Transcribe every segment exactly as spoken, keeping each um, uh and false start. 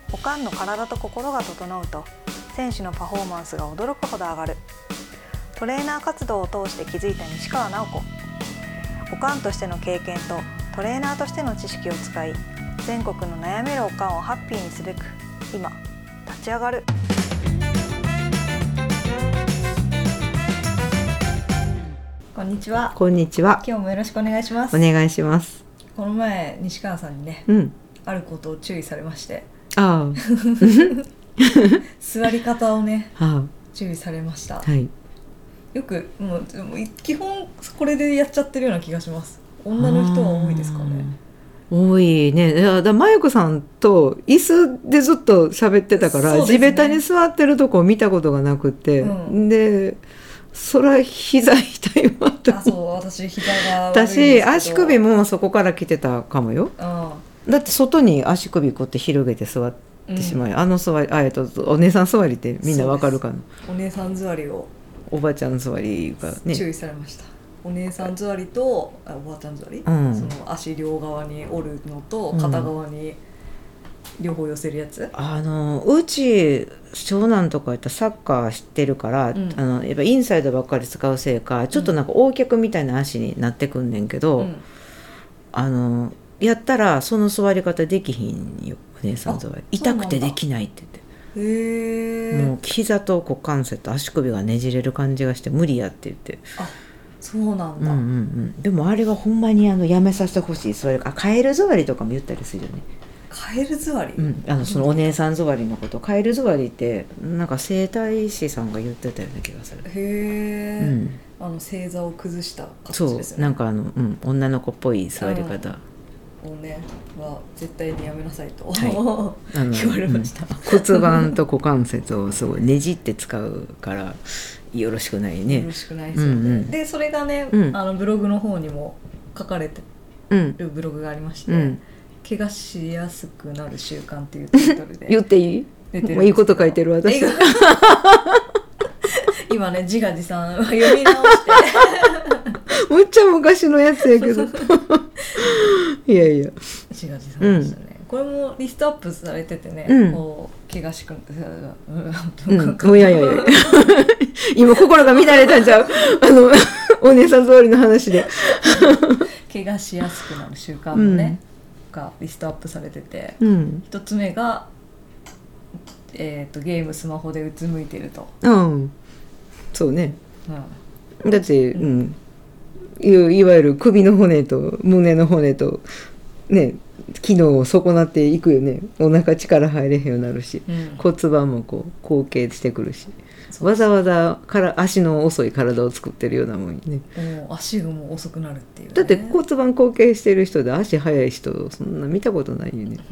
おかんの体と心が整うと選手のパフォーマンスが驚くほど上がる。トレーナー活動を通して気づいた西川直子。おかんとしての経験とトレーナーとしての知識を使い、全国の悩めるおかんをハッピーにすべく今立ち上がる。こんにちは。 こんにちは。 今日もよろしくお願いします。 お願いします。 この前西川さんにね、 うん、 あることを注意されまして、 あ座り方をねあ注意されました。 はい。 よくもう基本これでやっちゃってるような気がします。女の人は多いですかね。 多いね。だからマユコさんと椅子でずっと喋ってたから、 そうですね、 地べたに座ってるとこを見たことがなくて、うん、でそら膝痛いわと。 あ、そう、私膝が悪いんですけど。 私足首もそこから来てたかもよ。 ああ、 だって外に足首こうやって広げて座ってしまう、うん、あの座り、あ、えっとお姉さん座りってみんなわかるかな。 お姉さん座りをおばちゃん座りがね注意されました。お姉さん座りとあおばあちゃん座り、 うん、 その足両側に折るのと片側に両方寄せるやつ、 うん、あのうち長男とかやったらサッカーしてるから、うん、あのやっぱインサイドばっかり使うせいかちょっとなんか横脚みたいな足になってくんねんけど、うん、あのやったらその座り方できひんよ。お姉さん座り痛くてできないって言って、 へー、 もう膝と股関節と足首がねじれる感じがして無理やって言って。 あ、そうなんだ、 うんうんうん、でもあれはほんまにあのやめさせてほしい。それかカエル座りとかも言ったりするよね。 カエル座り、 うん、あのそのお姉さん座りのこと、カエル座りってなんか整体師さんが言ってたような気がする。 へえ、うん、あの正座を崩した形ですよね。 そうなんかあの、うん、女の子っぽい座り方をねは絶対にやめなさいと、はい、 あの言われました、 うん、骨盤と股関節をすごいねじって使うからよろしくないね。 よろしくないですよね、うんうん、でそれがね、うん、あのブログの方にも書かれてるブログがありまして、うん、怪我しやすくなる習慣っていうタイトルで言っていい？ 出てるんですけど、 もういいこと書いてる私今ね自画自賛読み直してむっちゃ昔のやつやけどいやいや自画自賛でしたね、うん、これもリストアップされててね、うん、こう怪我しくうん、 うん、いやいやいや今心が乱れたんちゃうあのお姉さん通りの話で怪我しやすくなる習慣もね、うん、がリストアップされてて、うん、一つ目が、えーと、ゲームスマホでうつむいてると、 うん、そうね、うん、だって、 うん、い, いわゆる首の骨と胸の骨とね機能を損なっていくよね。お腹力入れへんようになるし、うん、骨盤もこう後傾してくるし、わざわざから足の遅い体を作ってるようなもんね。 もう足がもう遅くなるっていう、ね、 だって骨盤後傾してる人で足速い人そんな見たことないよね。 うん、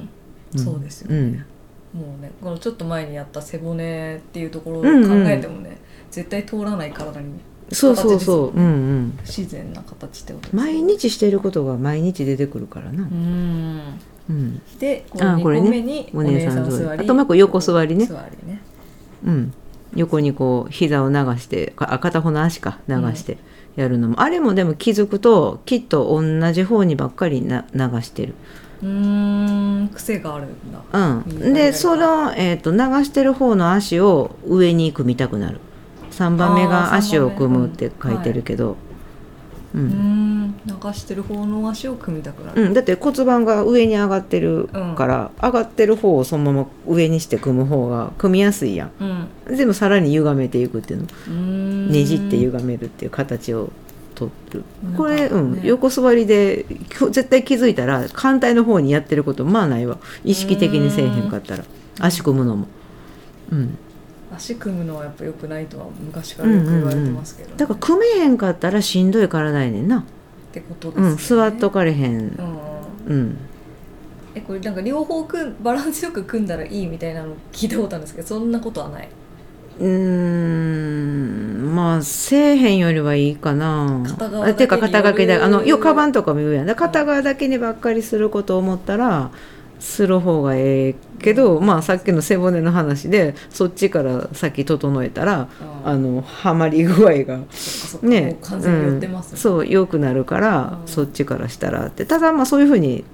うん、そうですよね、うん、もうねこのちょっと前にやった背骨っていうところを考えてもね、うんうん、絶対通らない体に、 そうそうそう、うんうん、 自然な形ってことです、ね、 毎日してることが毎日出てくるからな。うん、 うん、でこのにこめに、ね、お姉さん座り、 あともう一個横座りね。 座りね、 うん、横にこう膝を流して片方の足か流してやるのも、うん、あれもでも気づくときっと同じ方にばっかりな流してる。 うーん、癖があるんだ。 うん、でその、えーと、流してる方の足を上に組みたくなる。さんばんめが足を組むって書いてるけど、 うん、はい、うん、流してる方の足を組みたくなる、 うん、だって骨盤が上に上がってるから、うん、上がってる方をそのまま上にして組む方が組みやすいやん、うん、でもさらに歪めていくっていうの、うーん、ねじって歪めるっていう形を取る。これ、ね、うん、横座りで絶対気づいたら反対の方にやってることまあないわ。意識的にせえへんかったら足組むのも、うん、 足組むのはやっぱ良くないとは昔からよく言われてますけど、ね、うんうんうん、 だから組めへんかったらしんどい体やねんなってことですね、 うん、座っとかれへん、うんうん、 えこれなんか両方組バランスよく組んだらいいみたいなの聞いたことあるんですけど、そんなことはない。 うーん、まあせえへんよりはいいかな。 片側だけにてか肩掛けであのよカバンとかも言うやん。片側だけにばっかりすることを思ったらする方がええけど、まあさっきの背骨の話でそっちから先整えたら、うん、あのはまり具合がね、完全に寄ってますね、 うん、そう良くなるから、うん、そっちからしたらって。ただまあそういうふうに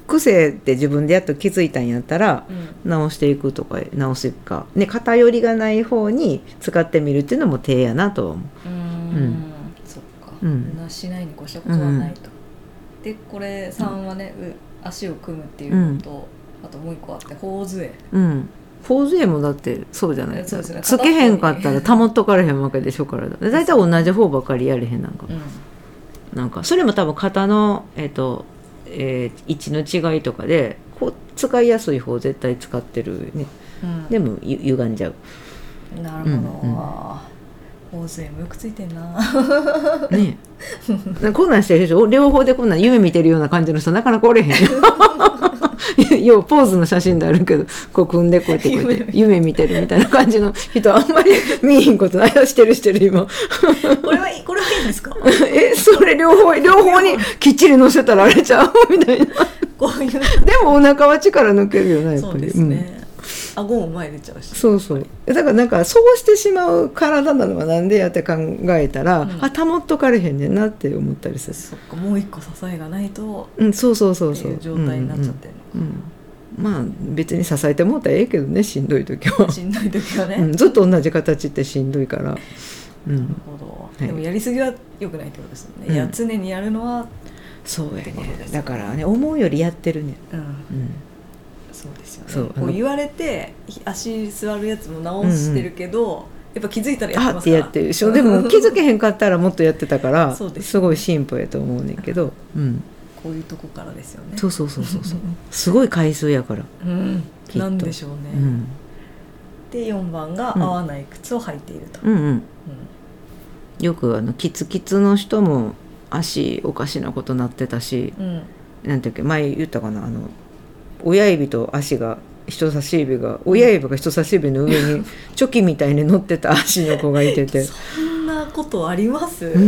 癖って自分でやっと気づいたんやったら、うん、直していくとか直すか、ね、偏りがない方に使ってみるっていうのも手やなと思う。 うーん、うん、そっか、うん、なしないに越したことはないと、うん、でこれさんはね、うん、足を組むっていうのと、うん、あともう一個あって頬杖、うん、 頬杖もだってそうじゃないですか、ね、つけへんかったら保っとかれへんわけでしょからだいたい同じ方ばかりやれへんなんか、うん、なんかそれも多分肩のえっとえー、位置の違いとかでこう使いやすい方絶対使ってるね、うん、でもゆ歪んじゃう。 なるほど、うんうん、頬杖もよくついてんなねえこんなんしてるでしょ、両方でこんなん夢見てるような感じの人なかなかおれへんよようポーズの写真であるけどこう組んでこうやってこうやって夢見てるみたいな感じの人あんまり見えへんことないよ。してるしてる今これはこれはいいんですかえそれ両方両方にきっちり乗せたらあれちゃうみたいなこういうでもお腹は力抜けるよなやっぱり。そうですね、 うん、顎も前出ちゃうし、 そうそうだからなんかそうしてしまう体なのはなんでやって考えたら、うん、あ保っとかれへんねんなって思ったりする。 そっかもう一個支えがないと、 うん、そうそうそうそうっていう状態になっちゃってるのか、うんうんうんまあ別に支えてもらったらええけどね、しんどい時はしんどい時はね、 うん、ずっと同じ形ってしんどいから、 うん、なるほど、はい、でもやりすぎは良くないってことですよね、うん、いや常にやるのはそうやね、だからね思うよりやってるね、うんうん、 そうですよね。そうこう言われて足座るやつも直してるけど、うんうん、やっぱ気づいたらやってますから。あってやってるでしょでも気づけへんかったらもっとやってたからそうです、ね、すごい進歩やと思うねんけど、うんこういうとこからですよね。 そうそうそうそうすごい回数やから、 うん、なんでしょうね、うん、でよんばんが合わない靴を履いていると、うんうんうん、 よくあのキツキツの人も足おかしなことなってたし、うん、なんていうか前言ったかなあの親指と足が人差し指が親指が人差し指の上にチョキみたいに乗ってた足の子がいててそんなことあります、 うん、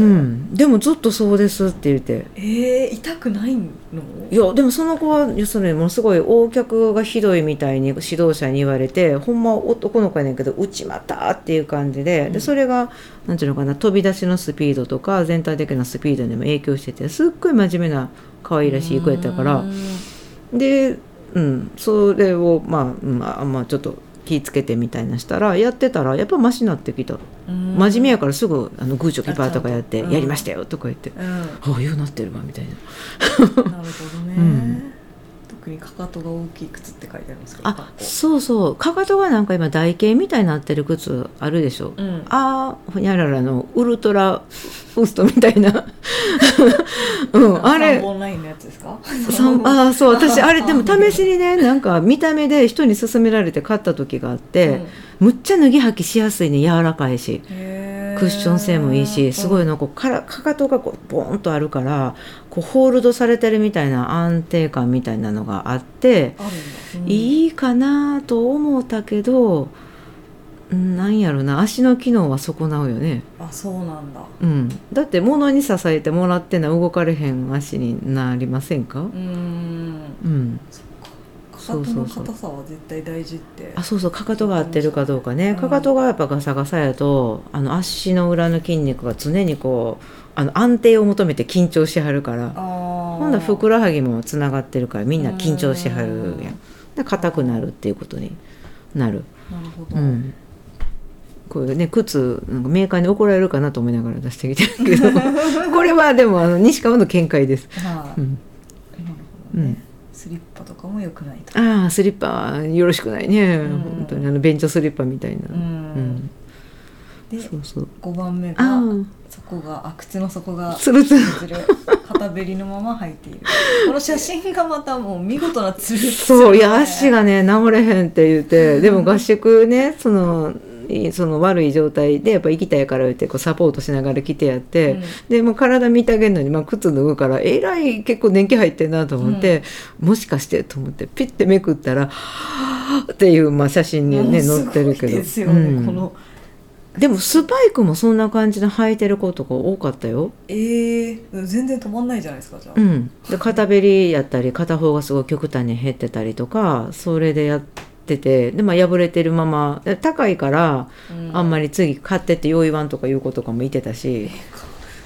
でもずっとそうですって言ってえー、痛くないの？ いやでもその子は要するにものすごい横脚がひどいみたいに指導者に言われてほんま男の子やねんけど内股っていう感じで、うん、でそれがなんていうのかな飛び出しのスピードとか全体的なスピードにも影響しててすっごい真面目な可愛らしい子やったからでうん、それをまあ、まあ、まあちょっと気ぃつけてみたいなしたらやってたらやっぱマシになってきた。真面目やからすぐあのグーチョキパーとかやってやりましたよとか言って、うん、ああようなってるわみたいな。 なるほどね、うん、特にかかとが大きい靴って書いてありますか？ あそうそうかかとがなんか今台形みたいになってる靴あるでしょ、うん、ああほにゃららのウルトラウストみたいなうん、あれさんぼんラインのやつですか？あそう私あれでも試しにねなんか見た目で人に勧められて買った時があって、うん、むっちゃ脱ぎ履きしやすいね柔らかいしクッション性もいいしすごいのこうかかとがこうボーンとあるからこうホールドされてるみたいな安定感みたいなのがあってあるんだ、うん、いいかなと思ったけどなんやろな足の機能は損なうよね。 あそうなんだ、 うん、だって物に支えてもらってな動かれへん足になりませんか？うーん、 うん、そっかかかとの硬さは絶対大事ってあそうそうかかとが合ってるかどうかね、うん、かかとがやっぱガサガサやとあの足の裏の筋肉が常にこうあの安定を求めて緊張しはるから今度はふくらはぎもつながってるからみんな緊張しはるやんで硬くなるっていうことになる。 なるほど、 うんこういうね、靴なんかメーカーに怒られるかなと思いながら出してきてるけどこれはでもあの西川の見解です、はあうんうん、スリッパとかも良くないと。 ああスリッパはよろしくないね、うん、本当にあのベンチスリッパみたいな、うんうん、でそうそうごばんめがそこがあ靴の底がツルツル片べりのまま履いているこの写真がまたもう見事なツルツル、ね、 そういや足がね治れへんって言ってでも合宿ねそのその悪い状態でやっぱ行きたいから言ってこうサポートしながら来てやって、うん、でもう体見てあげるのに、まあ、靴脱ぐからえらい結構年季入ってんなと思って、うん、もしかしてと思ってピッてめくったらはぁっていう、まあ、写真にね載ってるけどですよね、うん、このでもスパイクもそんな感じで履いてる子とか多かったよ。 えー、全然止まんないじゃないですかじゃあ、 うん、で片べりやったり片方がすごい極端に減ってたりとかそれでやってててで、まあ、破れてるまま高いから、うん、あんまり次買ってって用意わんとかいう子とかもいてたし、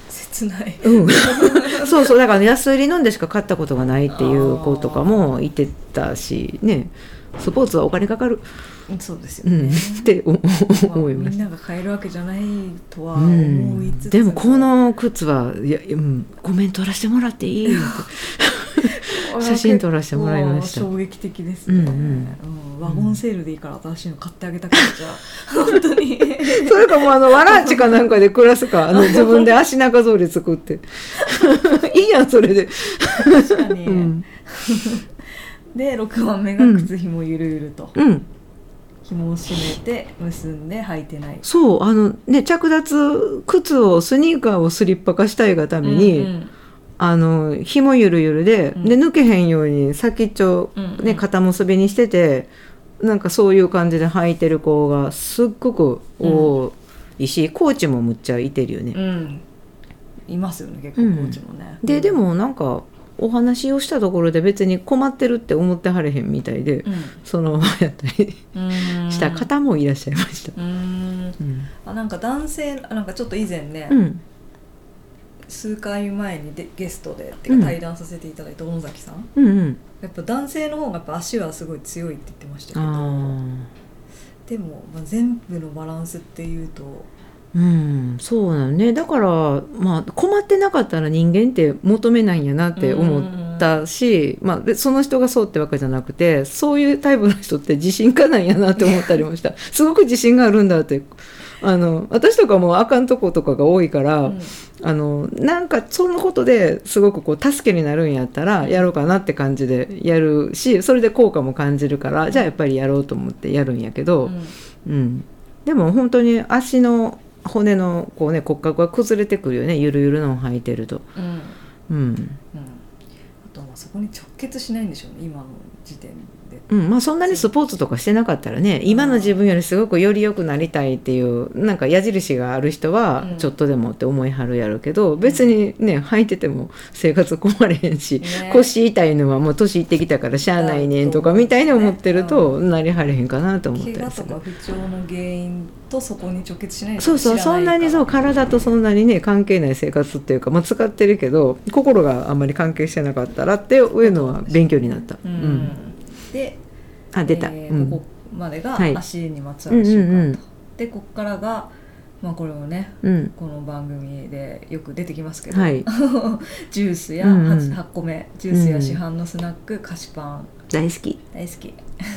切ない、 うん、そうそうだから安売り飲んでしか買ったことがないっていう子とかもいてたしね。スポーツはお金かかる。 そうですよね、うん、 って思いました、まあ、 みんなが買えるわけじゃないとは思いつつ、うん、 でもこの靴はいや、うん、ごめん撮らせてもらっていいって写真撮らせてもらいました。 衝撃的ですね、うんうんうん、ワゴンセールでいいから新しいの買ってあげたくなっちゃう本当にそれかもうあのわらんちかなんかで暮らすかあの自分で足中草履作っていいやんそれで確かに、うん、でろくばんめが靴ひもゆるゆると、うん、紐を締めて結んで履いてない。 そうあのね着脱靴をスニーカーをスリッパ化したいがために、うんうん、あの紐ゆるゆるで、うん、で抜けへんように先っちょ、ねうんうん、肩結びにしててなんかそういう感じで履いてる子がすっごく多いし、うん、コーチもむっちゃいてるよね、 うん、いますよね結構コーチもね、 うん、ででもなんかお話をしたところで別に困ってるって思ってはれへんみたいで、うん、そのままやったりした方もいらっしゃいました。うーん、 うん、あなんか男性なんかちょっと以前ね、うん、数回前にでゲストでってか対談させていただいた小野崎さん、うんうん、やっぱ男性の方がやっぱ足はすごい強いって言ってましたけど、でも、まあ、全部のバランスっていうとうん、そうなのね。だから、まあ、困ってなかったら人間って求めないんやなって思ったし、まあ、その人がそうってわけじゃなくてそういうタイプの人って自信家なんやなって思ったりもしたすごく自信があるんだってあの私とかもあかんとことかが多いから、うん、あのなんかそのことですごくこう助けになるんやったらやろうかなって感じでやるしそれで効果も感じるからじゃあやっぱりやろうと思ってやるんやけど、うんうん、でも本当に足の骨のこう、ね、骨格が崩れてくるよねゆるゆるのを履いてると、うんうんうん、 あとはそこに直結しないんでしょうね今の時点で、 うんまあ、そんなにスポーツとかしてなかったらね今の自分よりすごくより良くなりたいっていうなんか矢印がある人はちょっとでもって思いはるやるけど、うん、別にね履いてても生活困れへんし、ね、腰痛いのはもう年いってきたからしゃあないねんとかみたいに思ってるとなりはれへんかなと思ったりする。 怪我とか不調の原因とそこに直結しない。 そうそうそんなにそう体とそんなにね関係ない生活っていうか、まあ、使ってるけど心があんまり関係してなかったらっていうのは勉強になった。うんうん、 であ出た、 えーうん、ここまでが足にまつわる習慣と、はいうんうんうん、でここからが、まあ、これをね、うん、この番組でよく出てきますけど、はい、ジュースや はち, はち個目ジュースや市販のスナック、うん、菓子パン大好き大好き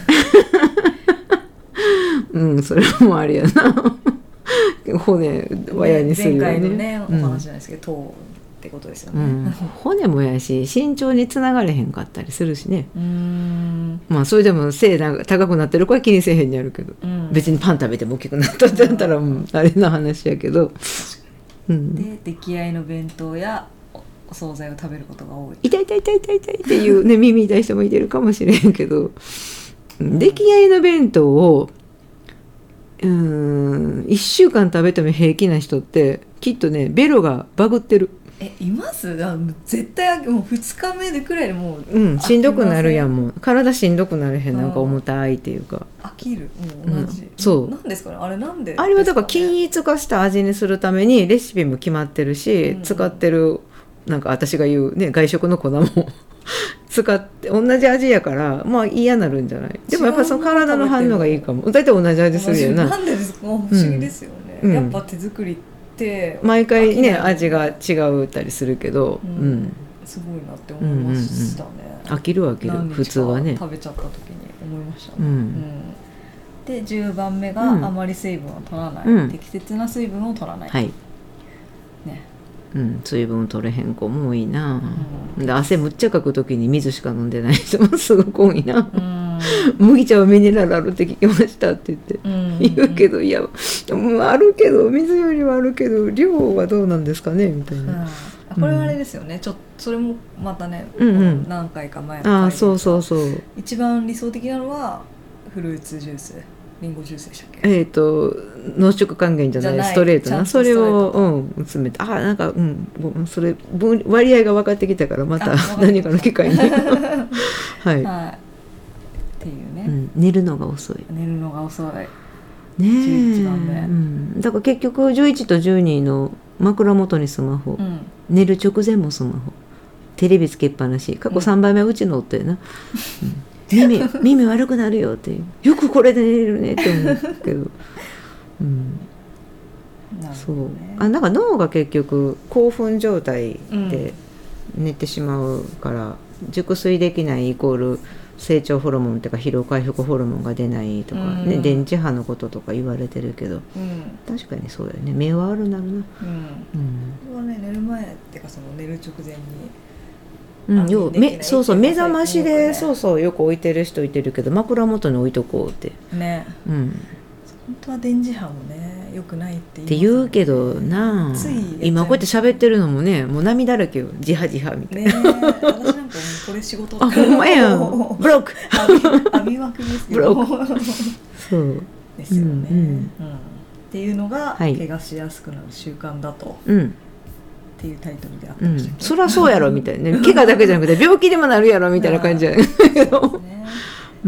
うんそれもありやな骨はやにするよね。 前回のねお話じゃないですけど、糖ってことですよね、うん、 骨もやし身長につながれへんかったりするしね。うーんまあそれでも背が高くなってる子は気にせえへんにあるけど、うん、別にパン食べても大きくなったってなったら、うん、あれの話やけど、 うん、で出来合いの弁当やお惣菜を食べることが多い。 痛い痛い痛い痛い痛いっていう、ね、耳痛い人もいてるかもしれんけど、うん、出来合いの弁当をうーんいっしゅうかん食べても平気な人ってきっとねベロがバグってる。 えいます絶対もうふつかめでくらいでもう、 うん、しんどくなるやんもう体しんどくなれへんなんか重たいっていうか飽きるもう同じ、うん、 そうなんですかねあれなんで、 ね、あれはだから均一化した味にするためにレシピも決まってるし、うん、使ってるなんか私が言うね外食の粉も使って同じ味やからまあ嫌なるんじゃない。でもやっぱその体の反応がいいかも。大体同じ味するよな。 なんでですか不思議ですよね、うん、やっぱ手作りって毎回ね味が違うたりするけど、 うんうん、すごいなって思いましたね、 うんうんうん、飽きる飽きる普通はね食べちゃった時に思いましたね、うんうん、でじゅうばんめがあまり水分を取らない、うん、適切な水分を取らない、はいねうん、水分を取れへん子も多いな、うん、で汗むっちゃかく時に水しか飲んでない人もすごく多いな、うん、麦茶はミネラルあるって聞きましたって言って、うんうんうん、言うけどいやあるけど水よりはあるけど量はどうなんですかねみたいな、 うん、これはあれですよね、うん、ちょそれもまたね、うんうん、何回か前の回であそうそうそう一番理想的なのはフルーツジュースリンゴジュースでしたっけ。 えっ、ー、と濃縮還元じゃない、ないストレートなそれをうん詰めてあなんかうんそれ割合が分かってきたからまた何かの機会にはい、はい、 っていうね、 うん、寝るのが遅い寝るのが遅いねえじゅういちばんめ、うん、だから結局じゅういちとじゅうにの枕元にスマホ、 うん、 寝る直前もスマホ、テレビつけっぱなし、過去さんばいめはうちの夫やな、うん、耳, 耳悪くなるよってよくこれで寝れるねって思うけど、うん、 なるほどね、 そうあなんか脳が結局興奮状態で寝てしまうから、うん、熟睡できないイコール成長ホルモンっていうか疲労回復ホルモンが出ないとか、ね、うん、電磁波のこととか言われてるけど、うん、確かにそうだよね、目は悪なるな、うんうん、 これはね寝る前っていうかその寝る直前に、 うん、よめそうそう目覚ましで、ね、そうそうよく置いてる人いてるけど枕元に置いとこうってね、うん、本当は電磁波もね良くないって言う、 って言うけどなあ、今こうやって喋ってるのもねもう波だらけよ、ジハジハみたいな、ね、 私なんかもうこれ仕事あほんまやんブロック浴びまくりですよブロックそうですよね、うんうん、っていうのが、はい、怪我しやすくなる習慣だと、うんっていうタイトルであってましたけど、うん、 そりゃそうやろみたいな、ね、怪我だけじゃなくて病気でもなるやろみたいな感じじゃないけど、ねうん、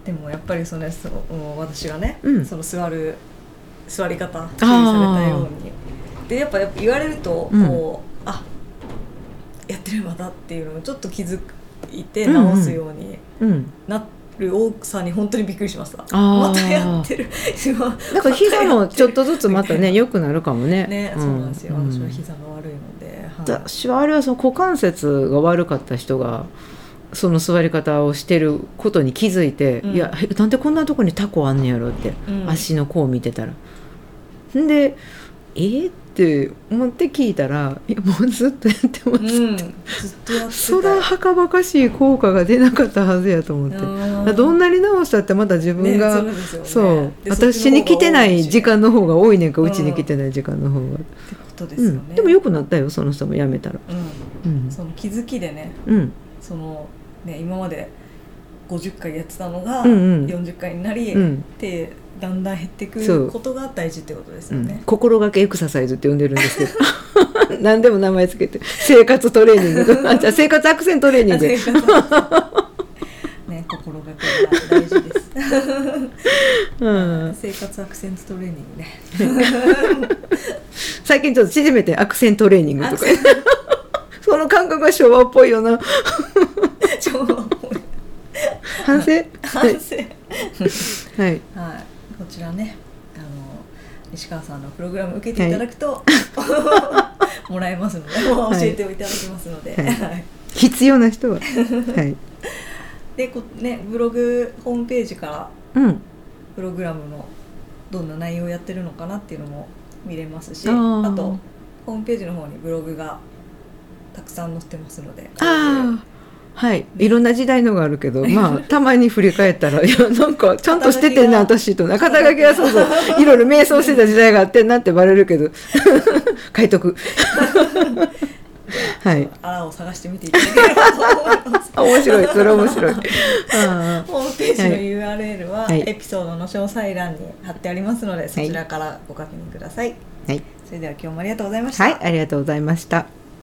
でもやっぱりそのそ私がね、うん、その座る座り方注意されたようにでやっぱ言われると、うん、こうあやってるまだっていうのをちょっと気づいて直すようになる多さに本当にびっくりしました。またやってるなんか膝もちょっとずつまたね良くなるかもね。 ね、そうなんですよ、うん、私は膝が悪いので、 はい、私はあれはその股関節が悪かった人がその座り方をしてることに気づいて、うん、いやなんでこんなとこにタコあんねやろって、うん、足の甲を見てたらんでえー、って思って聞いたらいやもうずっとやってますって、うん、ずっとやってそらはかばかしい効果が出なかったはずやと思ってどんなに直したってまた自分が、ね そう、そう、私に来てない時間の方が多いねんか、うん、うちに来てない時間の方がってことですよね、 うん、でも良くなったよその人も辞めたら、 うんうん、その気づきでね、うん、そのね今までごじゅっかいやってたのがよんじゅっかいになり、うんうん、でだんだん減ってくることが大事ってことですよね、うん、 心がけエクササイズって呼んでるんですけど何でも名前つけて生活トレーニングとあじゃあ生活アクセントトレーニングね心がけが大事です、うん、生活アクセントトレーニングね最近ちょっと縮めてアクセントトレーニングとかその感覚が昭和っぽいよな昭和っぽい反省反省はい、 はい、こちらねあの西川さんのプログラム受けていただくと、はい、もらえますので教えていただきますので、はいはい、 必要な人は、はい、 でこ、ね、ブログホームページから、うん、プログラムのどんな内容をやってるのかなっていうのも見れますし あ, あとホームページの方にブログがたくさん載ってますのであはい、いろんな時代のがあるけど、まあ、たまに振り返ったらいやなんかちゃんとしててんな私とな肩書きはそうそういろいろ迷走してた時代があってんなってバレるけど書いとくはい、 あらを探してみていただければと思います面白いそれ面白いホームページの ユーアールエル は、はい、エピソードの詳細欄に貼ってありますので、はい、そちらからご確認ください、はい、それでは今日もありがとうございました。 はい、ありがとうございました。